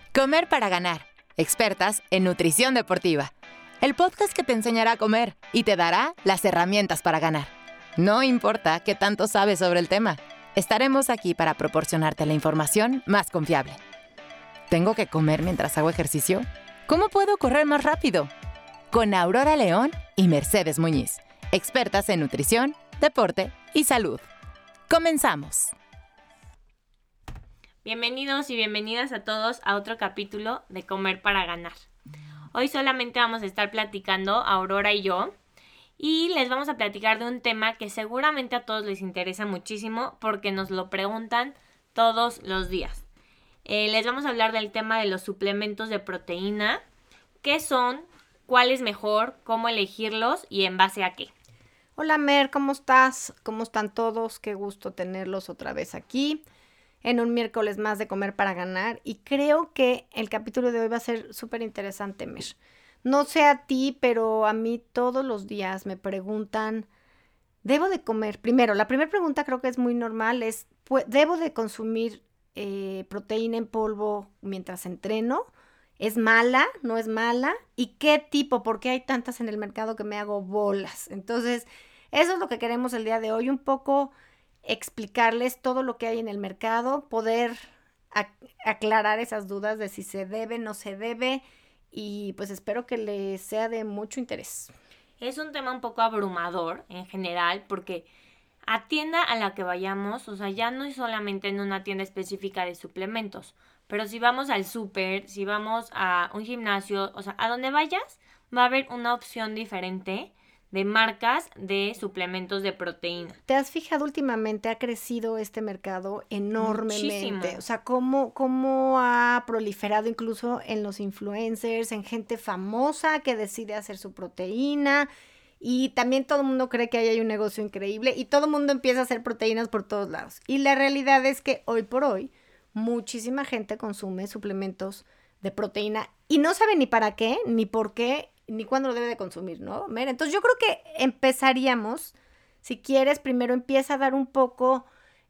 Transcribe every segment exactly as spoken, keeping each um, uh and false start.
Comer para ganar. Expertas en nutrición deportiva. El podcast que te enseñará a comer y te dará las herramientas para ganar. No importa qué tanto sabes sobre el tema, estaremos aquí para proporcionarte la información más confiable. ¿Tengo que comer mientras hago ejercicio? ¿Cómo puedo correr más rápido? Con Aurora León y Mercedes Muñiz, expertas en nutrición, deporte y salud. ¡Comenzamos! Bienvenidos y bienvenidas a todos a otro capítulo de Comer para Ganar. Hoy solamente vamos a estar platicando, Aurora y yo, y les vamos a platicar de un tema que seguramente a todos les interesa muchísimo porque nos lo preguntan todos los días. Eh, les vamos a hablar del tema de los suplementos de proteína, qué son, cuál es mejor, cómo elegirlos y en base a qué. Hola Mer, ¿cómo estás? ¿Cómo están todos? Qué gusto tenerlos otra vez aquí en un miércoles más de Comer para Ganar, y creo que el capítulo de hoy va a ser súper interesante, Mer. No sé a ti, pero a mí todos los días me preguntan, ¿debo de comer? Primero, la primera pregunta creo que es muy normal, es, ¿debo de consumir eh, proteína en polvo mientras entreno? ¿Es mala? ¿No es mala? ¿Y qué tipo? ¿Por qué hay tantas en el mercado que me hago bolas? Entonces, eso es lo que queremos el día de hoy, un poco explicarles todo lo que hay en el mercado, poder ac- aclarar esas dudas de si se debe, no se debe, y pues espero que les sea de mucho interés. Es un tema un poco abrumador en general porque a tienda a la que vayamos, o sea, ya no es solamente en una tienda específica de suplementos, pero si vamos al súper, si vamos a un gimnasio, o sea, a donde vayas, va a haber una opción diferente de marcas de suplementos de proteína. ¿Te has fijado últimamente? Ha crecido este mercado enormemente. Muchísimo. O sea, cómo, cómo ha proliferado incluso en los influencers, en gente famosa que decide hacer su proteína. Y también todo el mundo cree que ahí hay un negocio increíble y todo el mundo empieza a hacer proteínas por todos lados. Y la realidad es que hoy por hoy muchísima gente consume suplementos de proteína y no sabe ni para qué, ni por qué, ni cuándo lo debe de consumir, ¿no? Mira, entonces yo creo que empezaríamos, si quieres, primero empieza a dar un poco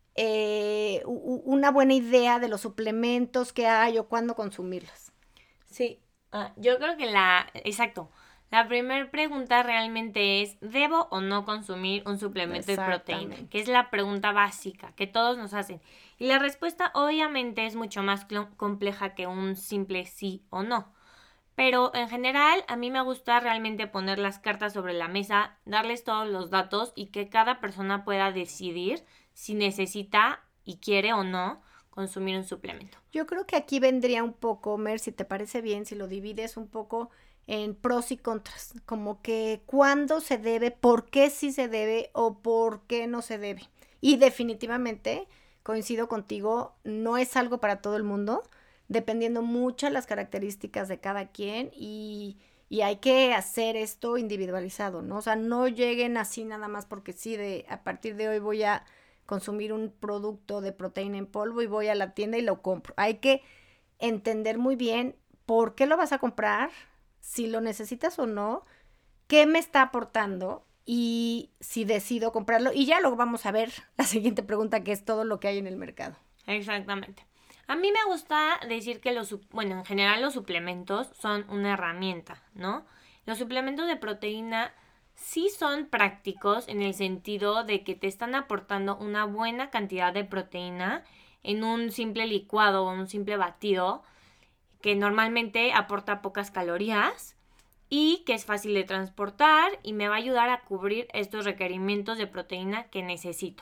eh, una buena idea de los suplementos que hay o cuándo consumirlos. Sí, ah, yo creo que la, exacto, la primera pregunta realmente es, ¿debo o no consumir un suplemento de proteína? Que es la pregunta básica que todos nos hacen. Y la respuesta obviamente es mucho más cl- compleja que un simple sí o no. Pero en general a mí me gusta realmente poner las cartas sobre la mesa, darles todos los datos y que cada persona pueda decidir si necesita y quiere o no consumir un suplemento. Yo creo que aquí vendría un poco, Mer, si te parece bien, si lo divides un poco en pros y contras, como que cuándo se debe, por qué sí se debe o por qué no se debe. Y definitivamente, coincido contigo, no es algo para todo el mundo, dependiendo mucho de las características de cada quien y, y hay que hacer esto individualizado, ¿no? O sea, no lleguen así nada más porque sí, de a partir de hoy voy a consumir un producto de proteína en polvo y voy a la tienda y lo compro. Hay que entender muy bien por qué lo vas a comprar, si lo necesitas o no, qué me está aportando y si decido comprarlo. Y ya luego vamos a ver la siguiente pregunta, que es todo lo que hay en el mercado. Exactamente. A mí me gusta decir que los, bueno, en general los suplementos son una herramienta, ¿no? Los suplementos de proteína sí son prácticos en el sentido de que te están aportando una buena cantidad de proteína en un simple licuado o un simple batido que normalmente aporta pocas calorías y que es fácil de transportar y me va a ayudar a cubrir estos requerimientos de proteína que necesito.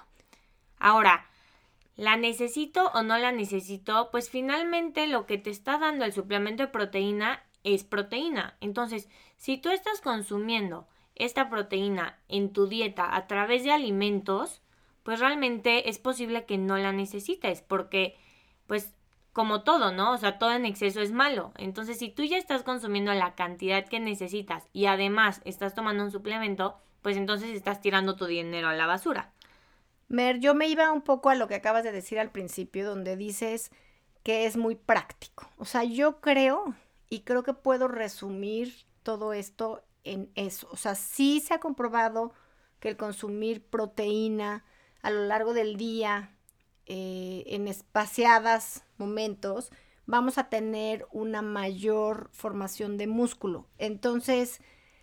Ahora, ¿la necesito o no la necesito? Pues finalmente lo que te está dando el suplemento de proteína es proteína. Entonces, si tú estás consumiendo esta proteína en tu dieta a través de alimentos, pues realmente es posible que no la necesites porque, pues, como todo, ¿no? O sea, todo en exceso es malo. Entonces, si tú ya estás consumiendo la cantidad que necesitas y además estás tomando un suplemento, pues entonces estás tirando tu dinero a la basura. Mer, yo me iba un poco a lo que acabas de decir al principio, donde dices que es muy práctico. O sea, yo creo, y creo que puedo resumir todo esto en eso. O sea, sí se ha comprobado que el consumir proteína a lo largo del día, eh, en espaciados momentos, vamos a tener una mayor formación de músculo. Entonces,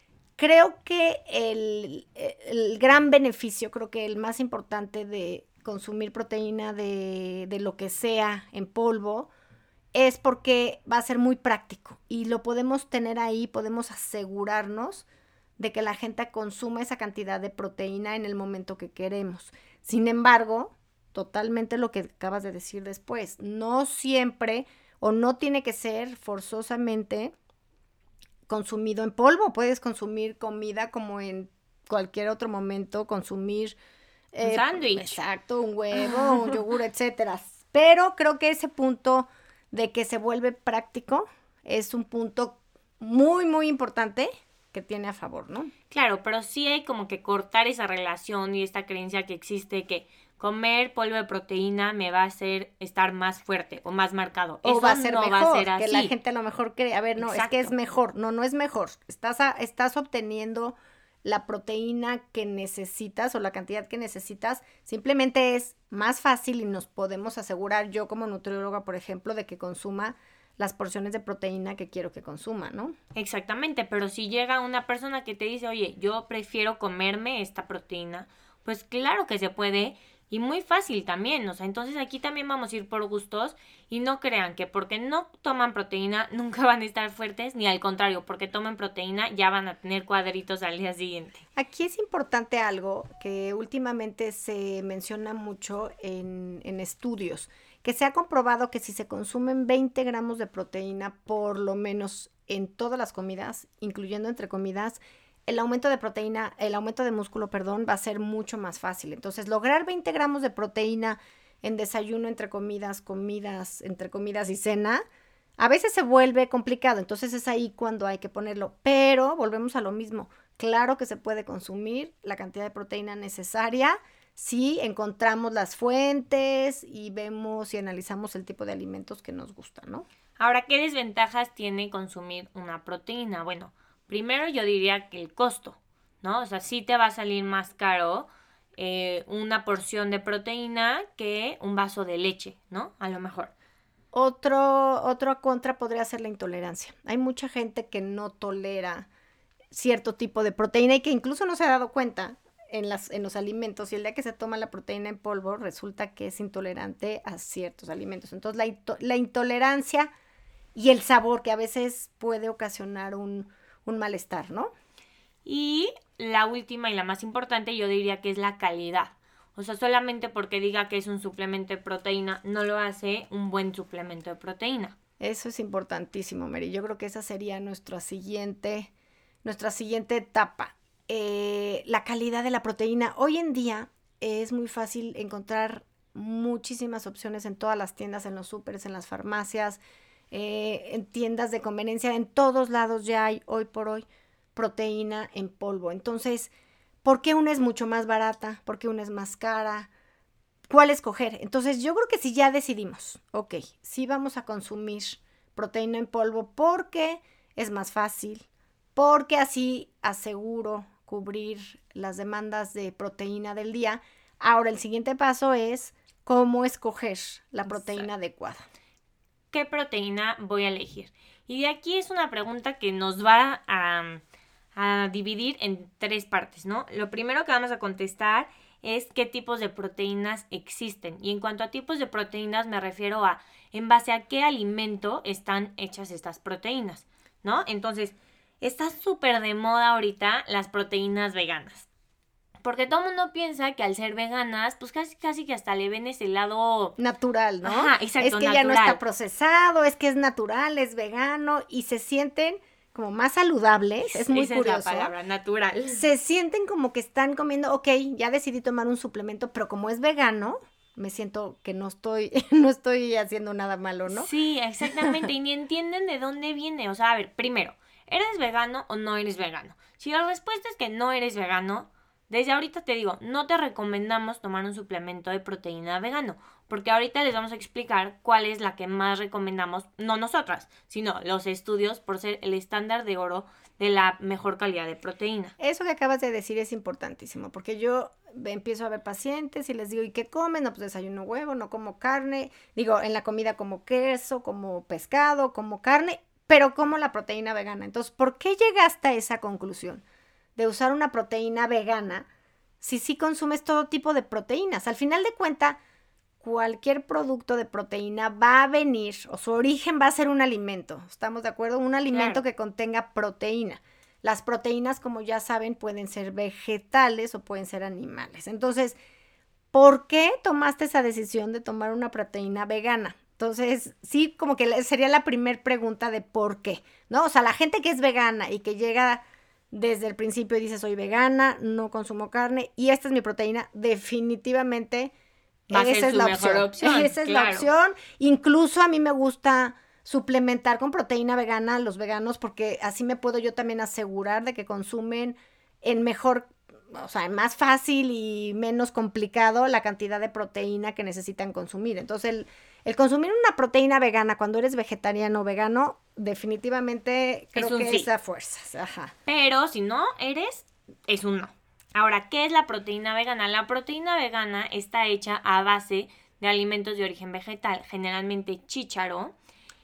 creo que el, el gran beneficio, creo que el más importante de consumir proteína de, de lo que sea en polvo, es porque va a ser muy práctico y lo podemos tener ahí, podemos asegurarnos de que la gente consuma esa cantidad de proteína en el momento que queremos. Sin embargo, totalmente lo que acabas de decir después, no siempre o no tiene que ser forzosamente consumido en polvo. Puedes consumir comida como en cualquier otro momento, consumir un eh, sándwich. Exacto, un huevo, un yogur, etcétera. Pero creo que ese punto de que se vuelve práctico es un punto muy, muy importante que tiene a favor, ¿no? Claro, pero sí hay como que cortar esa relación y esta creencia que existe que comer polvo de proteína me va a hacer estar más fuerte o más marcado. O Eso va a ser no mejor, va a ser así. Que la gente a lo mejor cree, a ver, no, Exacto. es que es mejor. No, no es mejor. Estás, a, estás obteniendo la proteína que necesitas o la cantidad que necesitas. Simplemente es más fácil y nos podemos asegurar, yo como nutrióloga, por ejemplo, de que consuma las porciones de proteína que quiero que consuma, ¿no? Exactamente, pero si llega una persona que te dice, oye, yo prefiero comerme esta proteína, pues claro que se puede y muy fácil también, o sea, entonces aquí también vamos a ir por gustos y no crean que porque no toman proteína nunca van a estar fuertes, ni al contrario, porque toman proteína ya van a tener cuadritos al día siguiente. Aquí es importante algo que últimamente se menciona mucho en, en estudios, que se ha comprobado que si se consumen veinte gramos de proteína por lo menos en todas las comidas, incluyendo entre comidas, el aumento de proteína, el aumento de músculo, perdón, va a ser mucho más fácil. Entonces, lograr veinte gramos de proteína en desayuno, entre comidas, comidas, entre comidas y cena, a veces se vuelve complicado. Entonces, es ahí cuando hay que ponerlo. Pero, volvemos a lo mismo. Claro que se puede consumir la cantidad de proteína necesaria si encontramos las fuentes y vemos y analizamos el tipo de alimentos que nos gustan, ¿no? Ahora, ¿qué desventajas tiene consumir una proteína? Bueno, primero yo diría que el costo, ¿no? O sea, sí te va a salir más caro eh, una porción de proteína que un vaso de leche, ¿no? A lo mejor. Otro, otro contra podría ser la intolerancia. Hay mucha gente que no tolera cierto tipo de proteína y que incluso no se ha dado cuenta en, las, en los alimentos. Y el día que se toma la proteína en polvo, resulta que es intolerante a ciertos alimentos. Entonces, la, into- la intolerancia y el sabor, que a veces puede ocasionar un... un malestar, ¿no? Y la última y la más importante yo diría que es la calidad. O sea, solamente porque diga que es un suplemento de proteína no lo hace un buen suplemento de proteína. Eso es importantísimo, Mary. Yo creo que esa sería nuestra siguiente, nuestra siguiente etapa. Eh, la calidad de la proteína. Hoy en día es muy fácil encontrar muchísimas opciones en todas las tiendas, en los súperes, en las farmacias, Eh, en tiendas de conveniencia, en todos lados ya hay hoy por hoy proteína en polvo. Entonces, ¿por qué una es mucho más barata? ¿Por qué una es más cara? ¿Cuál escoger? Entonces, yo creo que si ya decidimos, ok, sí vamos a consumir proteína en polvo porque es más fácil, porque así aseguro cubrir las demandas de proteína del día. Ahora, el siguiente paso es cómo escoger la proteína Exacto. adecuada. ¿Qué proteína voy a elegir? Y de aquí es una pregunta que nos va a, a dividir en tres partes, ¿no? Lo primero que vamos a contestar es qué tipos de proteínas existen. Y en cuanto a tipos de proteínas me refiero a en base a qué alimento están hechas estas proteínas, ¿no? Entonces, está súper de moda ahorita las proteínas veganas. Porque todo el mundo piensa que al ser veganas, pues casi casi que hasta le ven ese lado natural, ¿no? Ajá, exacto, es que natural. Ya no está procesado, es que es natural, es vegano y se sienten como más saludables, es muy Esa curioso. es la palabra, natural. Se sienten como que están comiendo, ok, ya decidí tomar un suplemento, pero como es vegano, me siento que no estoy, no estoy haciendo nada malo, ¿no? Sí, exactamente, y ni entienden de dónde viene. O sea, a ver, primero, ¿eres vegano o no eres vegano? Si la respuesta es que no eres vegano, Desde ahorita te digo, no te recomendamos tomar un suplemento de proteína vegano, porque ahorita les vamos a explicar cuál es la que más recomendamos, no nosotras, sino los estudios por ser el estándar de oro de la mejor calidad de proteína. Eso que acabas de decir es importantísimo, porque yo empiezo a ver pacientes y les digo, ¿y qué comen? No, pues desayuno huevo, no como carne, digo, en la comida como queso, como pescado, como carne, pero como la proteína vegana. Entonces, ¿por qué llegaste a esa conclusión de usar una proteína vegana si sí consumes todo tipo de proteínas? Al final de cuentas, cualquier producto de proteína va a venir, o su origen va a ser un alimento, ¿estamos de acuerdo? Un alimento Claro. que contenga proteína. Las proteínas, como ya saben, pueden ser vegetales o pueden ser animales. Entonces, ¿por qué tomaste esa decisión de tomar una proteína vegana? Entonces, sí, como que sería la primera pregunta de por qué, ¿no? O sea, la gente que es vegana y que llega desde el principio y dice, soy vegana, no consumo carne y esta es mi proteína, definitivamente Va a esa ser es su la mejor opción. opción, Esa es claro. la opción. Incluso a mí me gusta suplementar con proteína vegana a los veganos porque así me puedo yo también asegurar de que consumen en mejor, o sea, más fácil y menos complicado la cantidad de proteína que necesitan consumir. Entonces, el, el consumir una proteína vegana cuando eres vegetariano o vegano, definitivamente creo Es un que sí. es a fuerzas. Ajá. Pero si no eres, es un no. Ahora, ¿qué es la proteína vegana? La proteína vegana está hecha a base de alimentos de origen vegetal, generalmente chícharo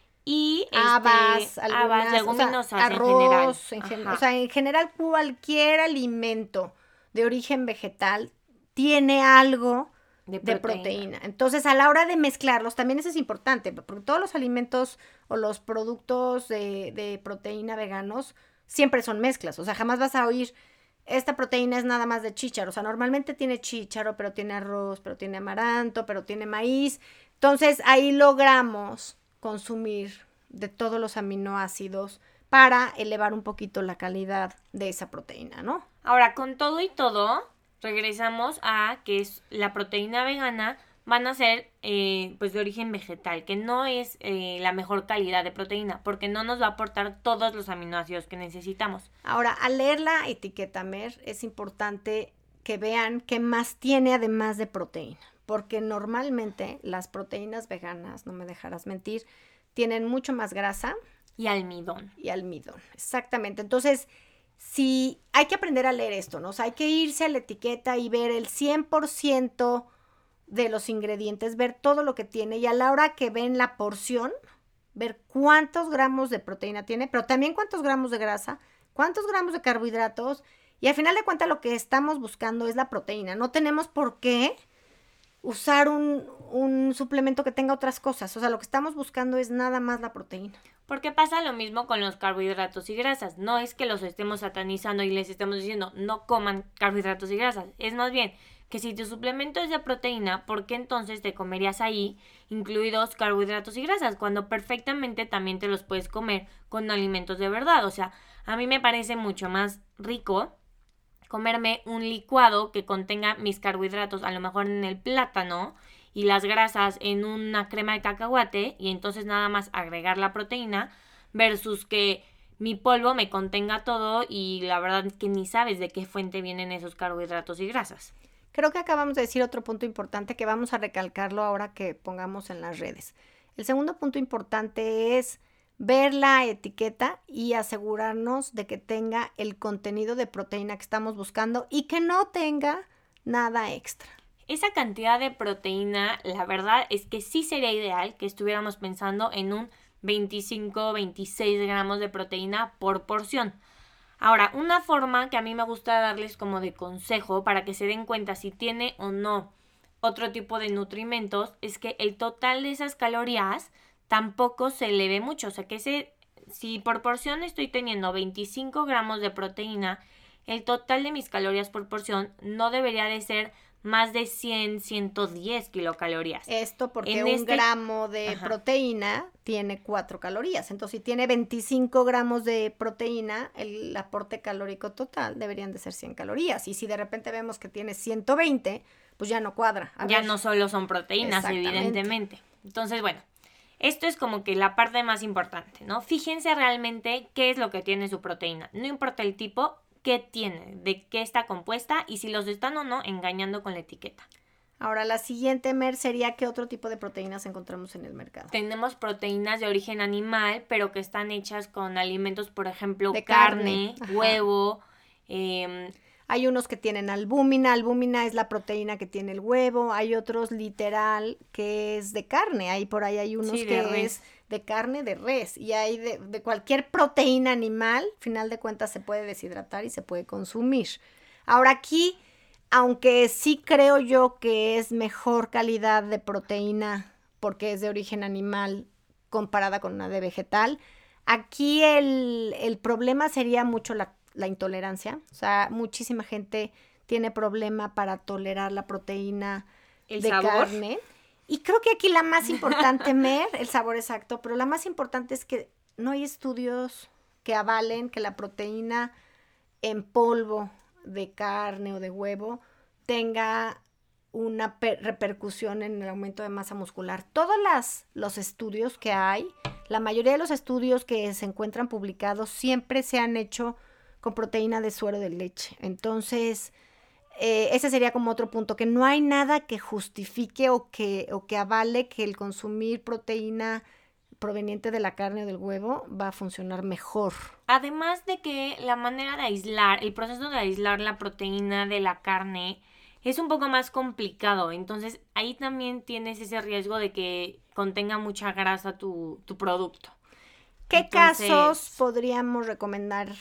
y Habas, este, algunas, habas, o leguminosas sea, en general. arroz, en gen- Ajá. o sea, en general cualquier alimento de origen vegetal tiene algo De de proteína. proteína. Entonces, a la hora de mezclarlos, también eso es importante, porque todos los alimentos o los productos de, de proteína veganos siempre son mezclas. O sea, jamás vas a oír, esta proteína es nada más de chícharo. O sea, normalmente tiene chícharo, pero tiene arroz, pero tiene amaranto, pero tiene maíz. Entonces, ahí logramos consumir de todos los aminoácidos para elevar un poquito la calidad de esa proteína, ¿no? Ahora, con todo y todo, regresamos a que es la proteína vegana van a ser eh, pues de origen vegetal, que no es eh, la mejor calidad de proteína, porque no nos va a aportar todos los aminoácidos que necesitamos. Ahora, al leer la etiqueta, Mer, es importante que vean qué más tiene además de proteína, porque normalmente las proteínas veganas, no me dejarás mentir, tienen mucho más grasa Y almidón. y almidón. Exactamente. Entonces, sí, hay que aprender a leer esto, ¿no? O sea, hay que irse a la etiqueta y ver el cien por ciento de los ingredientes, ver todo lo que tiene y a la hora que ven la porción, ver cuántos gramos de proteína tiene, pero también cuántos gramos de grasa, cuántos gramos de carbohidratos y al final de cuentas lo que estamos buscando es la proteína. No tenemos por qué usar un, un suplemento que tenga otras cosas. O sea, lo que estamos buscando es nada más la proteína. Porque pasa lo mismo con los carbohidratos y grasas. No es que los estemos satanizando y les estemos diciendo no coman carbohidratos y grasas. Es más bien que si tu suplemento es de proteína, ¿por qué entonces te comerías ahí incluidos carbohidratos y grasas? Cuando perfectamente también te los puedes comer con alimentos de verdad. O sea, a mí me parece mucho más rico comerme un licuado que contenga mis carbohidratos, a lo mejor en el plátano, y las grasas en una crema de cacahuate, y entonces nada más agregar la proteína, versus que mi polvo me contenga todo y la verdad es que ni sabes de qué fuente vienen esos carbohidratos y grasas. Creo que acabamos de decir otro punto importante que vamos a recalcarlo ahora que pongamos en las redes. El segundo punto importante es ver la etiqueta y asegurarnos de que tenga el contenido de proteína que estamos buscando y que no tenga nada extra. Esa cantidad de proteína, la verdad es que sí sería ideal que estuviéramos pensando en un veinticinco, veintiséis gramos de proteína por porción. Ahora, una forma que a mí me gusta darles como de consejo para que se den cuenta si tiene o no otro tipo de nutrimentos es que el total de esas calorías tampoco se eleve mucho. O sea, que ese, si por porción estoy teniendo veinticinco gramos de proteína, el total de mis calorías por porción no debería de ser más de cien, ciento diez kilocalorías. Esto porque En un este- gramo de Ajá. proteína tiene cuatro calorías. Entonces, si tiene veinticinco gramos de proteína, el aporte calórico total deberían de ser cien calorías. Y si de repente vemos que tiene ciento veinte, pues ya no cuadra. A Ya ver, no solo son proteínas, Exactamente. evidentemente. Entonces, bueno, esto es como que la parte más importante, ¿no? Fíjense realmente qué es lo que tiene su proteína. No importa el tipo, qué tiene, de qué está compuesta y si los están o no engañando con la etiqueta. Ahora, la siguiente, Mer, sería ¿qué otro tipo de proteínas encontramos en el mercado? Tenemos proteínas de origen animal, pero que están hechas con alimentos, por ejemplo, de carne, carne, huevo. Eh, Hay unos que tienen albúmina. Albúmina es la proteína que tiene el huevo. Hay otros literal que es de carne. Hay por ahí hay unos Sí, de que res. es de carne de res. Y hay de, de cualquier proteína animal, final de cuentas se puede deshidratar y se puede consumir. Ahora aquí, aunque sí creo yo que es mejor calidad de proteína porque es de origen animal comparada con una de vegetal, aquí el, el problema sería mucho la, la intolerancia. O sea, muchísima gente tiene problema para tolerar la proteína ¿El de sabor? carne. Y creo que aquí la más importante, Mer, el sabor exacto, pero la más importante es que no hay estudios que avalen que la proteína en polvo de carne o de huevo tenga una per- repercusión en el aumento de masa muscular. Todos las, los estudios que hay, la mayoría de los estudios que se encuentran publicados siempre se han hecho con proteína de suero de leche. Entonces, eh, ese sería como otro punto, que no hay nada que justifique o que, o que avale que el consumir proteína proveniente de la carne o del huevo va a funcionar mejor. Además de que la manera de aislar, el proceso de aislar la proteína de la carne es un poco más complicado. Entonces ahí también tienes ese riesgo de que contenga mucha grasa tu, tu producto. ¿Qué Entonces, casos podríamos recomendar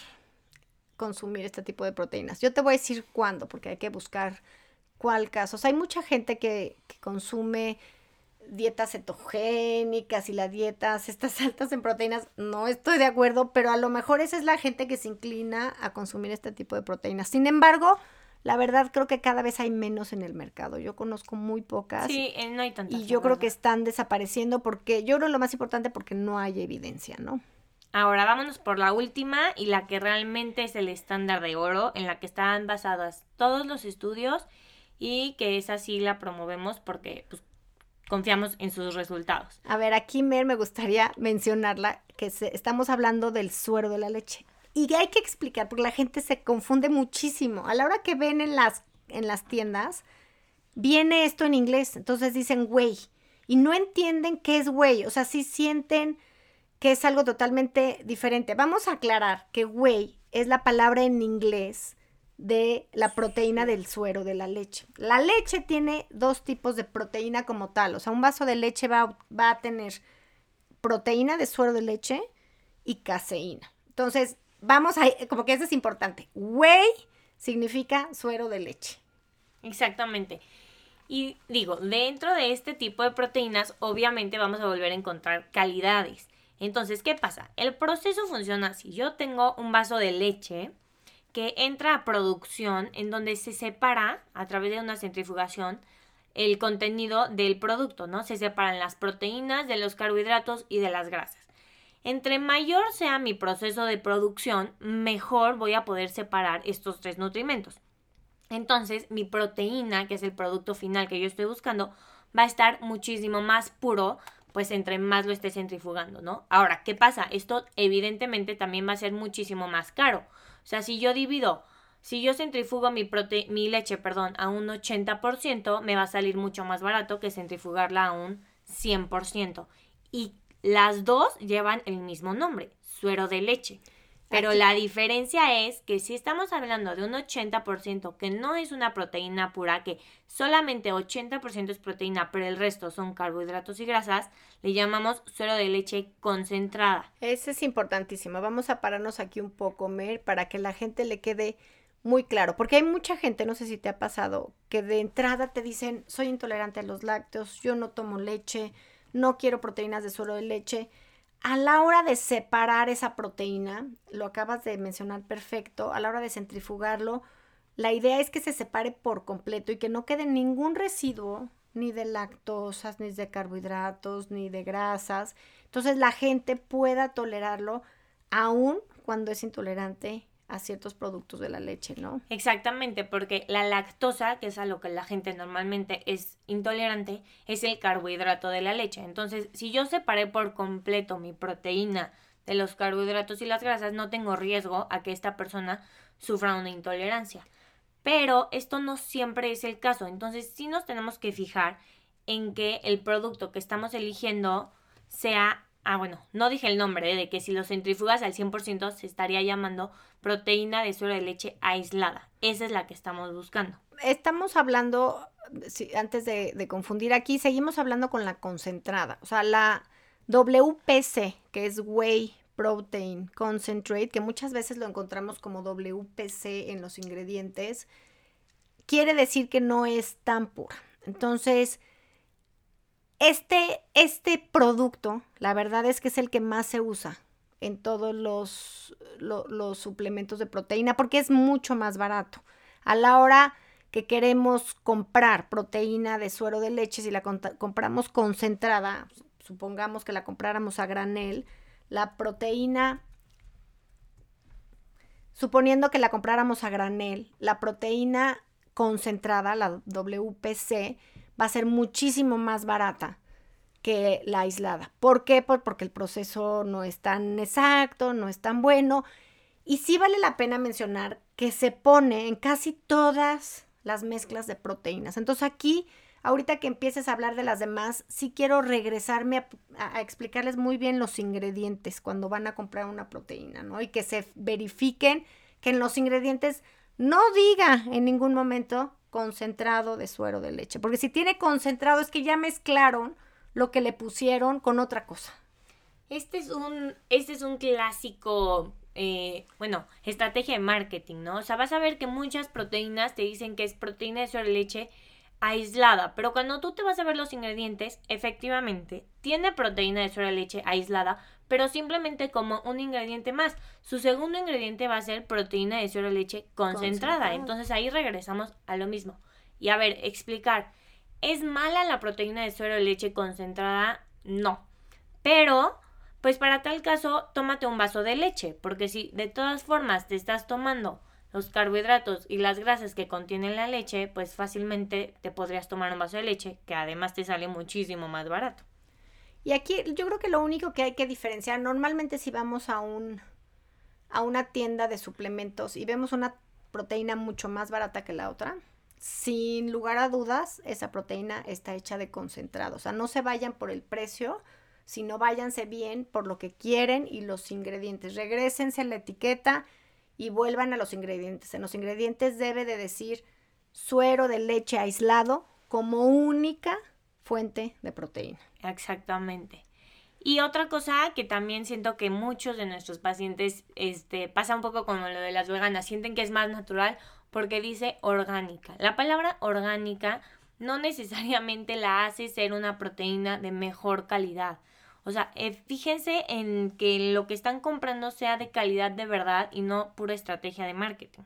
consumir este tipo de proteínas? Yo te voy a decir cuándo, porque hay que buscar cuál caso. O sea, hay mucha gente que, que consume dietas cetogénicas y las dietas estas altas en proteínas. No estoy de acuerdo, pero a lo mejor esa es la gente que se inclina a consumir este tipo de proteínas. Sin embargo, la verdad creo que cada vez hay menos en el mercado. Yo conozco muy pocas. Sí, eh, no hay tantas. Y yo la creo verdad. que están desapareciendo porque yo creo lo más importante porque no hay evidencia, ¿no? Ahora vámonos por la última y la que realmente es el estándar de oro, en la que están basados todos los estudios y que esa sí la promovemos porque pues, confiamos en sus resultados. A ver, aquí, Mer, me gustaría mencionarla, que se, estamos hablando del suero de la leche. Y que hay que explicar, porque la gente se confunde muchísimo. A la hora que ven en las, en las tiendas, viene esto en inglés. Entonces dicen whey. Y no entienden qué es whey. O sea, sí sienten que es algo totalmente diferente. Vamos a aclarar que whey es la palabra en inglés de la proteína del suero de la leche. La leche tiene dos tipos de proteína como tal. O sea, un vaso de leche va, va a tener proteína de suero de leche y caseína. Entonces, vamos a, como que eso es importante. Whey significa suero de leche. Exactamente. Y digo, dentro de este tipo de proteínas, obviamente vamos a volver a encontrar calidades. Entonces, ¿qué pasa? El proceso funciona así. Yo tengo un vaso de leche que entra a producción en donde se separa a través de una centrifugación el contenido del producto, ¿no? Se separan las proteínas de los carbohidratos y de las grasas. Entre mayor sea mi proceso de producción, mejor voy a poder separar estos tres nutrimentos. Entonces, mi proteína, que es el producto final que yo estoy buscando, va a estar muchísimo más puro, pues entre más lo esté centrifugando, ¿no? Ahora, ¿qué pasa? Esto evidentemente también va a ser muchísimo más caro. O sea, si yo divido, si yo centrifugo mi, prote- mi leche, perdón, a un ochenta por ciento, me va a salir mucho más barato que centrifugarla a un cien por ciento. Y las dos llevan el mismo nombre, suero de leche. Pero Aquí. la diferencia es que si estamos hablando de un ochenta por ciento que no es una proteína pura, que solamente ochenta por ciento es proteína, pero el resto son carbohidratos y grasas, le llamamos suero de leche concentrada. Ese es importantísimo. Vamos a pararnos aquí un poco, Mer, para que la gente le quede muy claro. Porque hay mucha gente, no sé si te ha pasado, que de entrada te dicen, soy intolerante a los lácteos, yo no tomo leche, no quiero proteínas de suero de leche. A la hora de separar esa proteína, lo acabas de mencionar perfecto, a la hora de centrifugarlo, la idea es que se separe por completo y que no quede ningún residuo, ni de lactosas, ni de carbohidratos, ni de grasas. Entonces la gente pueda tolerarlo aún cuando es intolerante a ciertos productos de la leche, ¿no? Exactamente, porque la lactosa, que es a lo que la gente normalmente es intolerante, es el carbohidrato de la leche. Entonces, si yo separé por completo mi proteína de los carbohidratos y las grasas, no tengo riesgo a que esta persona sufra una intolerancia. Pero esto no siempre es el caso. Entonces sí nos tenemos que fijar en que el producto que estamos eligiendo sea... Ah, bueno, no dije el nombre, ¿eh? De que si lo centrifugas al cien por ciento se estaría llamando proteína de suero de leche aislada. Esa es la que estamos buscando. Estamos hablando, sí, antes de, de confundir aquí, seguimos hablando con la concentrada. O sea, la W P C, que es Whey Protein Concentrate, que muchas veces lo encontramos como W P C en los ingredientes, quiere decir que no es tan pura. Entonces... Este, este producto, la verdad es que es el que más se usa en todos los, lo, los suplementos de proteína porque es mucho más barato. A la hora que queremos comprar proteína de suero de leche, si la compramos concentrada, supongamos que la compráramos a granel, la proteína, suponiendo que la compráramos a granel, la proteína concentrada, la W P C, va a ser muchísimo más barata que la aislada. ¿Por qué? Pues porque el proceso no es tan exacto, no es tan bueno. Y sí vale la pena mencionar que se pone en casi todas las mezclas de proteínas. Entonces aquí, ahorita que empieces a hablar de las demás, sí quiero regresarme a, a, a explicarles muy bien los ingredientes cuando van a comprar una proteína, ¿no? Y que se verifiquen que en los ingredientes no diga en ningún momento concentrado de suero de leche, porque si tiene concentrado es que ya mezclaron lo que le pusieron con otra cosa. Este es un, este es un clásico, eh, bueno, estrategia de marketing, ¿no? O sea, vas a ver que muchas proteínas te dicen que es proteína de suero de leche aislada, pero cuando tú te vas a ver los ingredientes, efectivamente, tiene proteína de suero de leche aislada, pero simplemente como un ingrediente más. Su segundo ingrediente va a ser proteína de suero de leche concentrada. concentrada. Entonces ahí regresamos a lo mismo. Y a ver, explicar. ¿Es mala la proteína de suero de leche concentrada? No. Pero, pues para tal caso, tómate un vaso de leche. Porque si de todas formas te estás tomando los carbohidratos y las grasas que contiene la leche, pues fácilmente te podrías tomar un vaso de leche, que además te sale muchísimo más barato. Y aquí yo creo que lo único que hay que diferenciar, normalmente si vamos a un a una tienda de suplementos y vemos una proteína mucho más barata que la otra, sin lugar a dudas, esa proteína está hecha de concentrado. O sea, no se vayan por el precio, sino váyanse bien por lo que quieren y los ingredientes. Regrésense a la etiqueta y vuelvan a los ingredientes. En los ingredientes debe de decir suero de leche aislado como única fuente de proteína. Exactamente. Y otra cosa que también siento que muchos de nuestros pacientes este, pasa un poco como lo de las veganas, sienten que es más natural porque dice orgánica. La palabra orgánica no necesariamente la hace ser una proteína de mejor calidad. O sea, eh, fíjense en que lo que están comprando sea de calidad de verdad y no pura estrategia de marketing.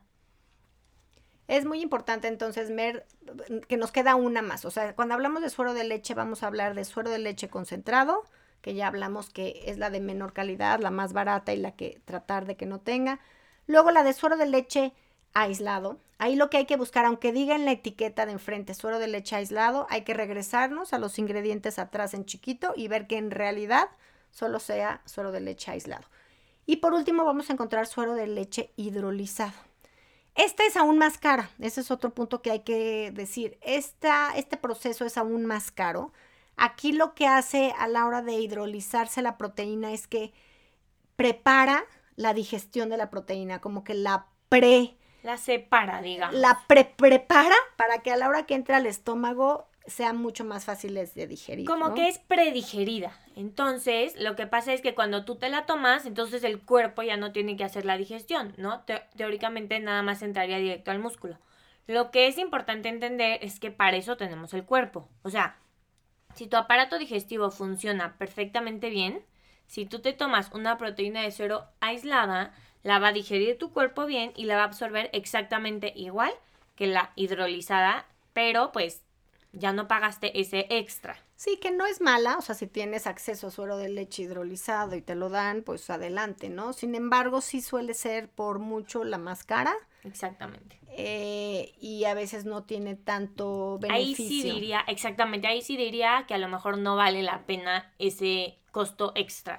Es muy importante entonces ver que nos queda una más. O sea, cuando hablamos de suero de leche vamos a hablar de suero de leche concentrado, que ya hablamos que es la de menor calidad, la más barata y la que tratar de que no tenga. Luego la de suero de leche aislado. Ahí lo que hay que buscar, aunque diga en la etiqueta de enfrente suero de leche aislado, hay que regresarnos a los ingredientes atrás en chiquito y ver que en realidad solo sea suero de leche aislado. Y por último vamos a encontrar suero de leche hidrolizado. Esta es aún más cara, ese es otro punto que hay que decir. Esta, este proceso es aún más caro. Aquí lo que hace a la hora de hidrolizarse la proteína es que prepara la digestión de la proteína, como que la pre... La separa, digamos. La pre prepara para que a la hora que entre al estómago sean mucho más fáciles de digerir. Como ¿no? que es predigerida. Entonces, lo que pasa es que cuando tú te la tomas, entonces el cuerpo ya no tiene que hacer la digestión, ¿no? Te- teóricamente nada más entraría directo al músculo. Lo que es importante entender es que para eso tenemos el cuerpo. O sea, si tu aparato digestivo funciona perfectamente bien, si tú te tomas una proteína de suero aislada, la va a digerir tu cuerpo bien y la va a absorber exactamente igual que la hidrolizada, pero pues ya no pagaste ese extra. Sí, que no es mala, o sea, si tienes acceso a suero de leche hidrolizado y te lo dan, pues adelante, ¿no? Sin embargo, sí suele ser por mucho la más cara. Exactamente. Eh, y a veces no tiene tanto beneficio. Ahí sí diría, exactamente, ahí sí diría que a lo mejor no vale la pena ese costo extra.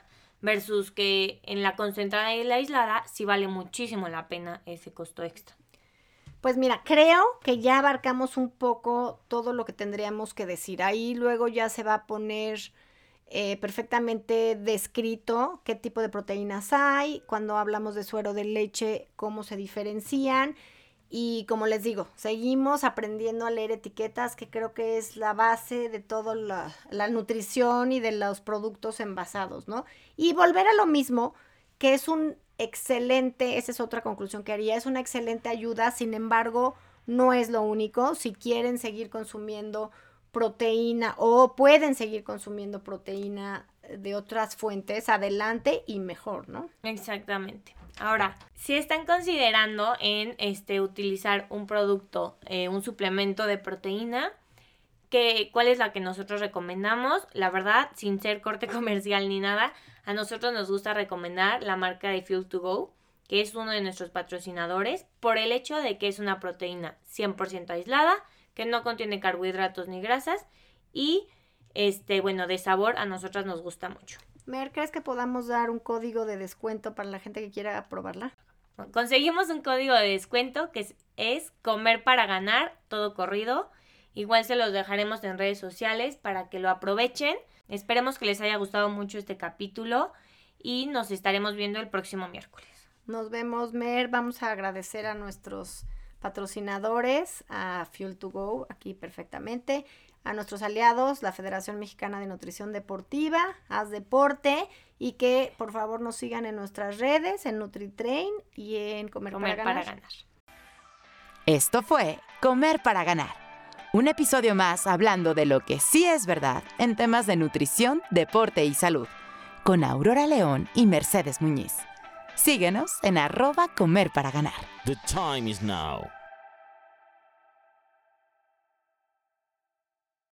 versus que en la concentrada y la aislada sí vale muchísimo la pena ese costo extra. Pues mira, creo que ya abarcamos un poco todo lo que tendríamos que decir. Ahí luego ya se va a poner eh, perfectamente descrito qué tipo de proteínas hay, cuando hablamos de suero de leche, cómo se diferencian. Y como les digo, seguimos aprendiendo a leer etiquetas, que creo que es la base de toda la, la nutrición y de los productos envasados, ¿no? Y volver a lo mismo, que es un excelente, esa es otra conclusión que haría, es una excelente ayuda, sin embargo, no es lo único. Si quieren seguir consumiendo proteína o pueden seguir consumiendo proteína de otras fuentes, adelante y mejor, ¿no? Exactamente. Ahora, si están considerando en este utilizar un producto, eh, un suplemento de proteína, que, ¿cuál es la que nosotros recomendamos? La verdad, sin ser corte comercial ni nada, a nosotros nos gusta recomendar la marca de Fuel to Go, que es uno de nuestros patrocinadores, por el hecho de que es una proteína cien por ciento aislada, que no contiene carbohidratos ni grasas y, este, bueno, de sabor a nosotras nos gusta mucho. Mer, ¿crees que podamos dar un código de descuento para la gente que quiera probarla? Conseguimos un código de descuento que es, es comer para ganar, todo corrido. Igual se los dejaremos en redes sociales para que lo aprovechen. Esperemos que les haya gustado mucho este capítulo y nos estaremos viendo el próximo miércoles. Nos vemos, Mer. Vamos a agradecer a nuestros patrocinadores, a Fuel to Go, aquí perfectamente, a nuestros aliados, la Federación Mexicana de Nutrición Deportiva, Haz Deporte, y que por favor nos sigan en nuestras redes, en NutriTrain y en Comer, Comer para, ganar. para ganar. Esto fue Comer para ganar, un episodio más hablando de lo que sí es verdad en temas de nutrición, deporte y salud, con Aurora León y Mercedes Muñiz. Síguenos en arroba Comer para ganar. The time is now.